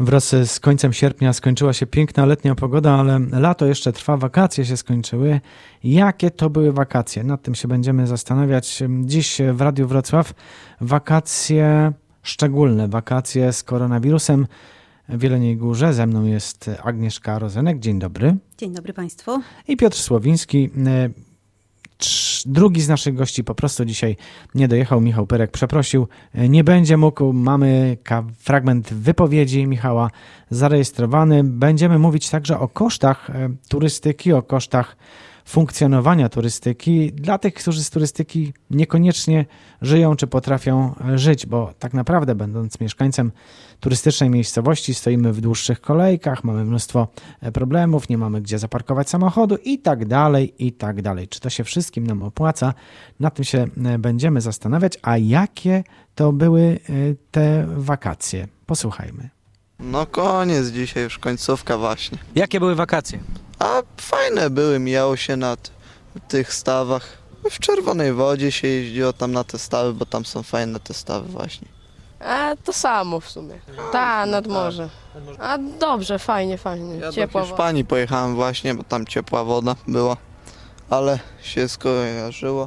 Wraz z końcem sierpnia skończyła się piękna letnia pogoda, ale lato jeszcze trwa, wakacje się skończyły. Jakie to były wakacje? Nad tym się będziemy zastanawiać dziś w Radiu Wrocław. Wakacje szczególne, wakacje z koronawirusem w Jeleniej Górze. Ze mną jest Agnieszka Rozenek. Dzień dobry. Dzień dobry Państwu. I Piotr Słowiński. Drugi z naszych gości po prostu dzisiaj nie dojechał. Michał Pyrek przeprosił, nie będzie mógł. Mamy fragment wypowiedzi Michała zarejestrowany. Będziemy mówić także o kosztach turystyki, o kosztach funkcjonowania turystyki dla tych, którzy z turystyki niekoniecznie żyją czy potrafią żyć, bo tak naprawdę będąc mieszkańcem turystycznej miejscowości stoimy w dłuższych kolejkach, mamy mnóstwo problemów, nie mamy gdzie zaparkować samochodu i tak dalej, i tak dalej. Czy to się wszystkim nam opłaca? Nad tym się będziemy zastanawiać, a jakie to były te wakacje? Posłuchajmy. No koniec dzisiaj, już końcówka właśnie. Jakie były wakacje? A fajne były, mijało się na tych stawach. W Czerwonej Wodzie się jeździło tam na te stawy, bo tam są fajne te stawy właśnie. A to samo w sumie. Nad morze. A dobrze, fajnie, Ja ciepło. do Hiszpanii pojechałem właśnie, bo tam ciepła woda była. Ale się skojarzyło,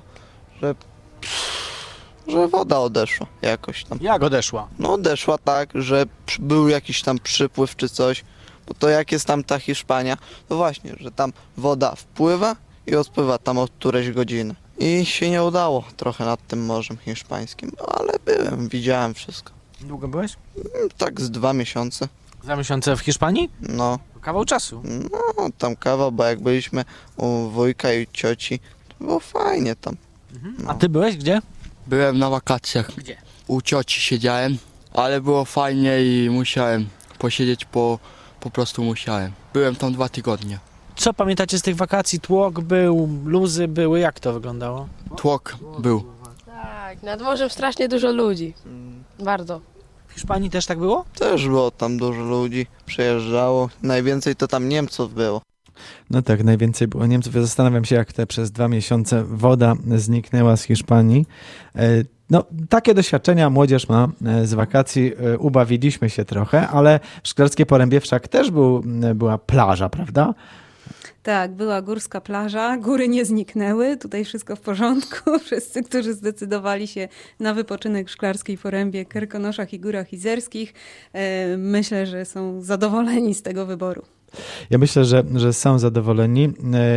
że woda odeszła jakoś tam. Jak odeszła? No odeszła tak, że był jakiś tam przypływ czy coś. Bo to jak jest tam ta Hiszpania, to właśnie, że tam woda wpływa i odpływa tam od którejś godziny. I się nie udało trochę nad tym Morzem Hiszpańskim, no, ale byłem, widziałem wszystko. Długo byłeś? Tak z 2 miesiące. 2 miesiące w Hiszpanii? No, Kawał czasu. no tam kawał, bo jak byliśmy u wujka i cioci, to było fajnie tam. No. A ty byłeś gdzie? Byłem na wakacjach. Gdzie? U cioci siedziałem, ale było fajnie i musiałem posiedzieć, po prostu musiałem. Byłem tam 2 tygodnie. Co pamiętacie z tych wakacji? Tłok był, luzy były, jak to wyglądało? Tłok był. Tak, nad morzem strasznie dużo ludzi. Bardzo. W Hiszpanii też tak było? Też było tam dużo ludzi, przyjeżdżało, najwięcej to tam Niemców było. No tak, najwięcej było Niemców. Ja zastanawiam się, jak te przez 2 miesiące woda zniknęła z Hiszpanii. No, takie doświadczenia młodzież ma z wakacji. Ubawiliśmy się trochę, ale w Szklarskiej Porębie wszak też była plaża, prawda? Tak, była górska plaża, góry nie zniknęły, tutaj wszystko w porządku. Wszyscy, którzy zdecydowali się na wypoczynek w Szklarskiej Porębie, Karkonoszach i Górach Izerskich, myślę, że są zadowoleni z tego wyboru. Ja myślę, że są zadowoleni.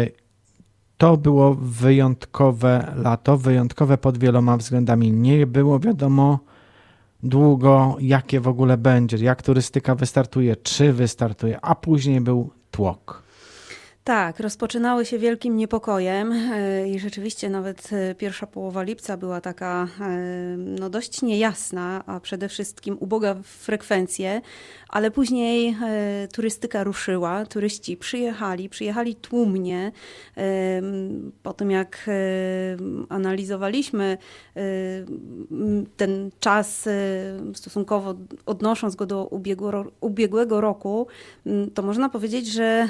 To było wyjątkowe lato, wyjątkowe pod wieloma względami. Nie było wiadomo długo, jakie w ogóle będzie, jak turystyka wystartuje, czy wystartuje, a później był tłok. Tak, rozpoczynały się wielkim niepokojem i rzeczywiście nawet pierwsza połowa lipca była taka no, dość niejasna, a przede wszystkim uboga w frekwencje, ale później turystyka ruszyła, turyści przyjechali tłumnie. Po tym jak analizowaliśmy ten czas stosunkowo odnosząc go do ubiegłego roku, to można powiedzieć, że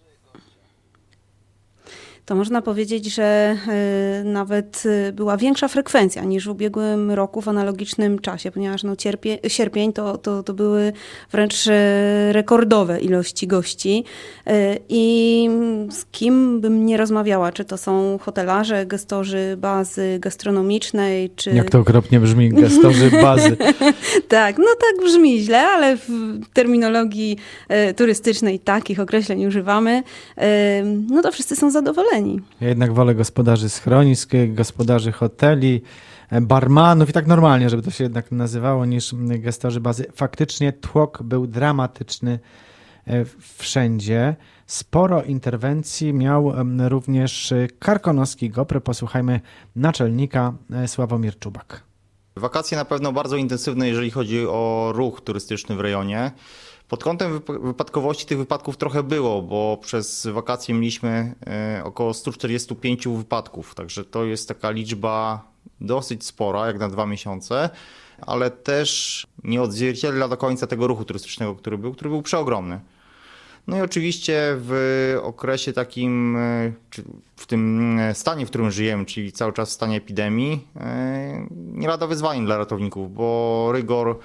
nawet była większa frekwencja niż w ubiegłym roku w analogicznym czasie, ponieważ no sierpień to były wręcz rekordowe ilości gości. I z kim bym nie rozmawiała, czy to są hotelarze, gestorzy bazy gastronomicznej, czy... Jak to okropnie brzmi, gestorzy bazy. Tak, no tak brzmi źle, ale w terminologii turystycznej takich określeń używamy. No to wszyscy są zadowoleni. Ja jednak wolę gospodarzy schronisk, gospodarzy hoteli, barmanów i tak normalnie, żeby to się jednak nazywało, niż gestorzy bazy. Faktycznie tłok był dramatyczny wszędzie. Sporo interwencji miał również Karkonoski GOPR. Posłuchajmy naczelnika Sławomir Czubak. Wakacje na pewno bardzo intensywne, jeżeli chodzi o ruch turystyczny w rejonie. Pod kątem wypadkowości tych wypadków trochę było, bo przez wakacje mieliśmy około 145 wypadków, także to jest taka liczba dosyć spora, jak na 2 miesiące, ale też nie odzwierciedla do końca tego ruchu turystycznego, który był przeogromny. No i oczywiście w okresie takim, czy w tym stanie, w którym żyjemy, czyli cały czas w stanie epidemii, nie lada wyzwaniem dla ratowników, bo rygor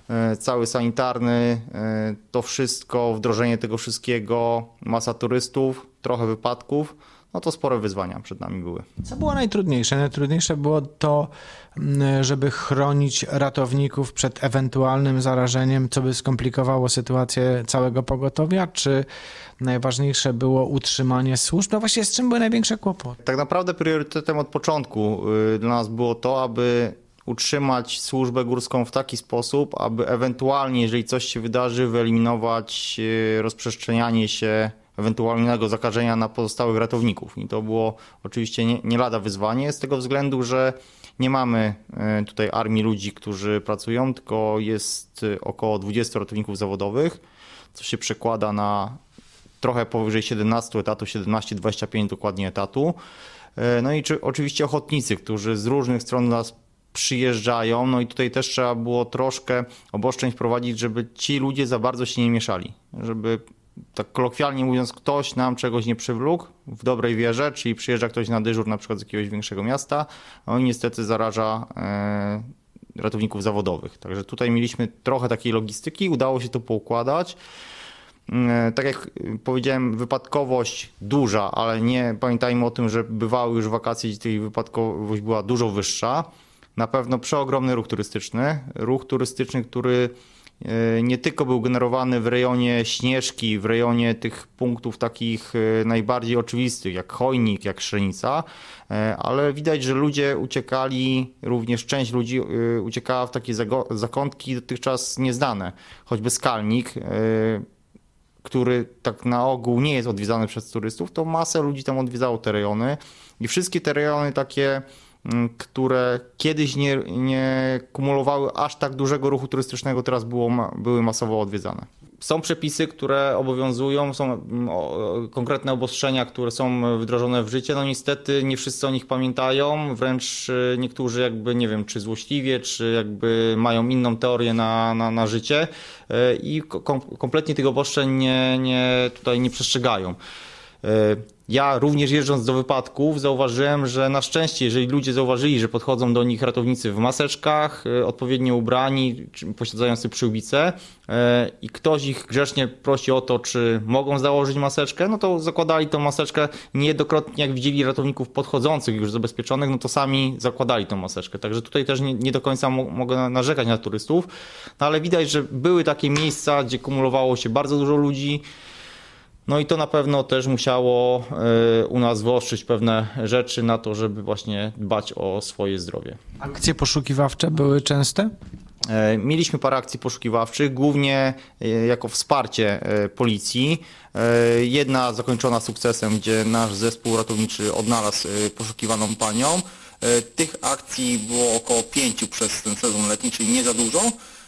cały sanitarny, to wszystko, wdrożenie tego wszystkiego, masa turystów, trochę wypadków, no to spore wyzwania przed nami były. Co było najtrudniejsze? Najtrudniejsze było to, żeby chronić ratowników przed ewentualnym zarażeniem, co by skomplikowało sytuację całego pogotowia, czy najważniejsze było utrzymanie służb? No właściwie z czym były największe kłopoty? Tak naprawdę priorytetem od początku dla nas było to, aby utrzymać służbę górską w taki sposób, aby ewentualnie, jeżeli coś się wydarzy, wyeliminować rozprzestrzenianie się ewentualnego zakażenia na pozostałych ratowników. I to było oczywiście nie lada wyzwanie, z tego względu, że nie mamy tutaj armii ludzi, którzy pracują, tylko jest około 20 ratowników zawodowych, co się przekłada na trochę powyżej 17 etatów, 17-25 dokładnie etatu. No i oczywiście ochotnicy, którzy z różnych stron nas przyjeżdżają, no i tutaj też trzeba było troszkę obostrzeń wprowadzić, żeby ci ludzie za bardzo się nie mieszali, żeby tak kolokwialnie mówiąc, ktoś nam czegoś nie przywlókł w dobrej wierze, czyli przyjeżdża ktoś na dyżur na przykład z jakiegoś większego miasta, no i niestety zaraża ratowników zawodowych. Także tutaj mieliśmy trochę takiej logistyki, udało się to poukładać. Tak jak powiedziałem, wypadkowość duża, ale nie pamiętajmy o tym, że bywały już wakacje, gdzie tej wypadkowość była dużo wyższa. Na pewno przeogromny ruch turystyczny, który nie tylko był generowany w rejonie Śnieżki, w rejonie tych punktów takich najbardziej oczywistych, jak Chojnik, jak Szrenica, ale widać, że ludzie uciekali, również część ludzi uciekała w takie zakątki dotychczas nieznane. Choćby Skalnik, który tak na ogół nie jest odwiedzany przez turystów, to masę ludzi tam odwiedzało te rejony i wszystkie te rejony takie, które kiedyś nie kumulowały aż tak dużego ruchu turystycznego, teraz były masowo odwiedzane. Są przepisy, które obowiązują, są konkretne obostrzenia, które są wdrożone w życie. No niestety nie wszyscy o nich pamiętają, wręcz niektórzy jakby, nie wiem, czy złośliwie, czy jakby mają inną teorię na życie i kompletnie tych obostrzeń tutaj nie przestrzegają. Ja również jeżdżąc do wypadków zauważyłem, że na szczęście, jeżeli ludzie zauważyli, że podchodzą do nich ratownicy w maseczkach, odpowiednio ubrani, posiadający przyłbice i ktoś ich grzecznie prosi o to, czy mogą założyć maseczkę, no to zakładali tą maseczkę. Niejednokrotnie jak widzieli ratowników podchodzących już zabezpieczonych, no to sami zakładali tą maseczkę. Także tutaj też nie do końca mogę narzekać na turystów, no ale widać, że były takie miejsca, gdzie kumulowało się bardzo dużo ludzi. No i to na pewno też musiało u nas wyostrzyć pewne rzeczy na to, żeby właśnie dbać o swoje zdrowie. Akcje poszukiwawcze były częste? Mieliśmy parę akcji poszukiwawczych, głównie jako wsparcie policji. Jedna zakończona sukcesem, gdzie nasz zespół ratowniczy odnalazł poszukiwaną panią. Tych akcji było około 5 przez ten sezon letni, czyli nie za dużo.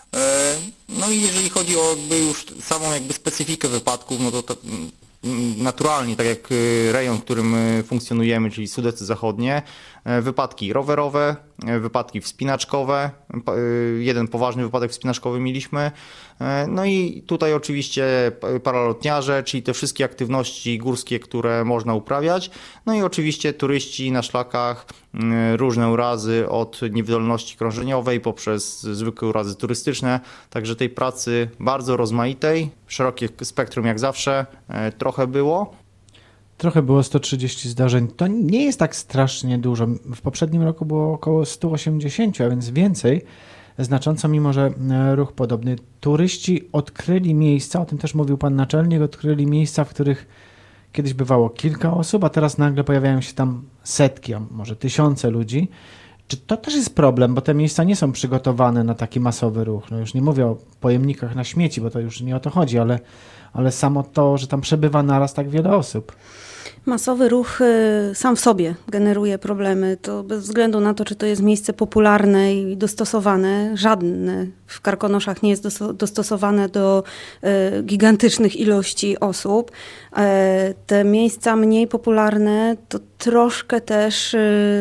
No i jeżeli chodzi o już samą jakby specyfikę wypadków, no to naturalnie, tak jak rejon, w którym funkcjonujemy, czyli Sudety Zachodnie, wypadki rowerowe, wypadki wspinaczkowe, jeden poważny wypadek wspinaczkowy mieliśmy, no i tutaj oczywiście paralotniarze, czyli te wszystkie aktywności górskie, które można uprawiać, no i oczywiście turyści na szlakach, różne urazy od niewydolności krążeniowej poprzez zwykłe urazy turystyczne, także tej pracy bardzo rozmaitej, szerokie spektrum jak zawsze, trochę było. Trochę było 130 zdarzeń. To nie jest tak strasznie dużo. W poprzednim roku było około 180, a więc więcej. Znacząco, mimo że ruch podobny. Turyści odkryli miejsca, o tym też mówił pan naczelnik, odkryli miejsca, w których kiedyś bywało kilka osób, a teraz nagle pojawiają się tam setki, a może tysiące ludzi. Czy to też jest problem, bo te miejsca nie są przygotowane na taki masowy ruch? No już nie mówię o pojemnikach na śmieci, bo to już nie o to chodzi, ale samo to, że tam przebywa naraz tak wiele osób. Masowy ruch sam w sobie generuje problemy. To bez względu na to, czy to jest miejsce popularne i dostosowane. Żadne w Karkonoszach nie jest dostosowane do gigantycznych ilości osób. Te miejsca mniej popularne to troszkę też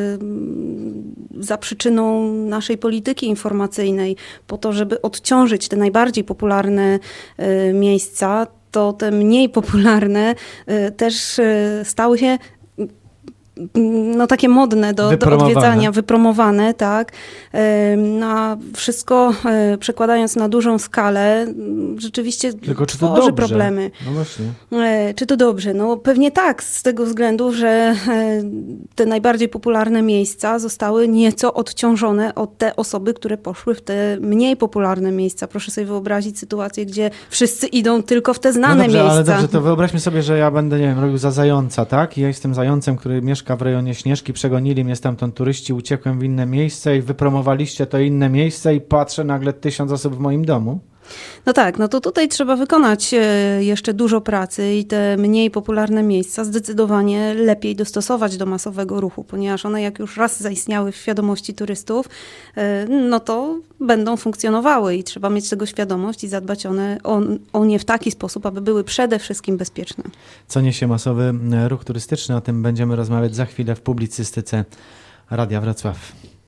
za przyczyną naszej polityki informacyjnej, po to, żeby odciążyć te najbardziej popularne miejsca, to te mniej popularne też stały się no takie modne do odwiedzania, wypromowane, tak. No, wszystko przekładając na dużą skalę, rzeczywiście Tylko czy to tworzy dobrze? problemy. No właśnie. Czy to dobrze? No pewnie tak, z tego względu, że te najbardziej popularne miejsca zostały nieco odciążone od te osoby, które poszły w te mniej popularne miejsca. Proszę sobie wyobrazić sytuację, gdzie wszyscy idą tylko w te znane miejsca. Ale dobrze, to wyobraźmy sobie, że ja będę, nie wiem, robił za zająca, tak? I ja jestem zającem, który mieszka w rejonie Śnieżki, przegonili mnie stamtąd turyści, uciekłem w inne miejsce i wypromowaliście to inne miejsce i patrzę nagle 1000 osób w moim domu. No tak, no to tutaj trzeba wykonać jeszcze dużo pracy i te mniej popularne miejsca zdecydowanie lepiej dostosować do masowego ruchu, ponieważ one jak już raz zaistniały w świadomości turystów, no to będą funkcjonowały i trzeba mieć tego świadomość i zadbać o nie w taki sposób, aby były przede wszystkim bezpieczne. Co niesie masowy ruch turystyczny? O tym będziemy rozmawiać za chwilę w publicystyce Radia Wrocław.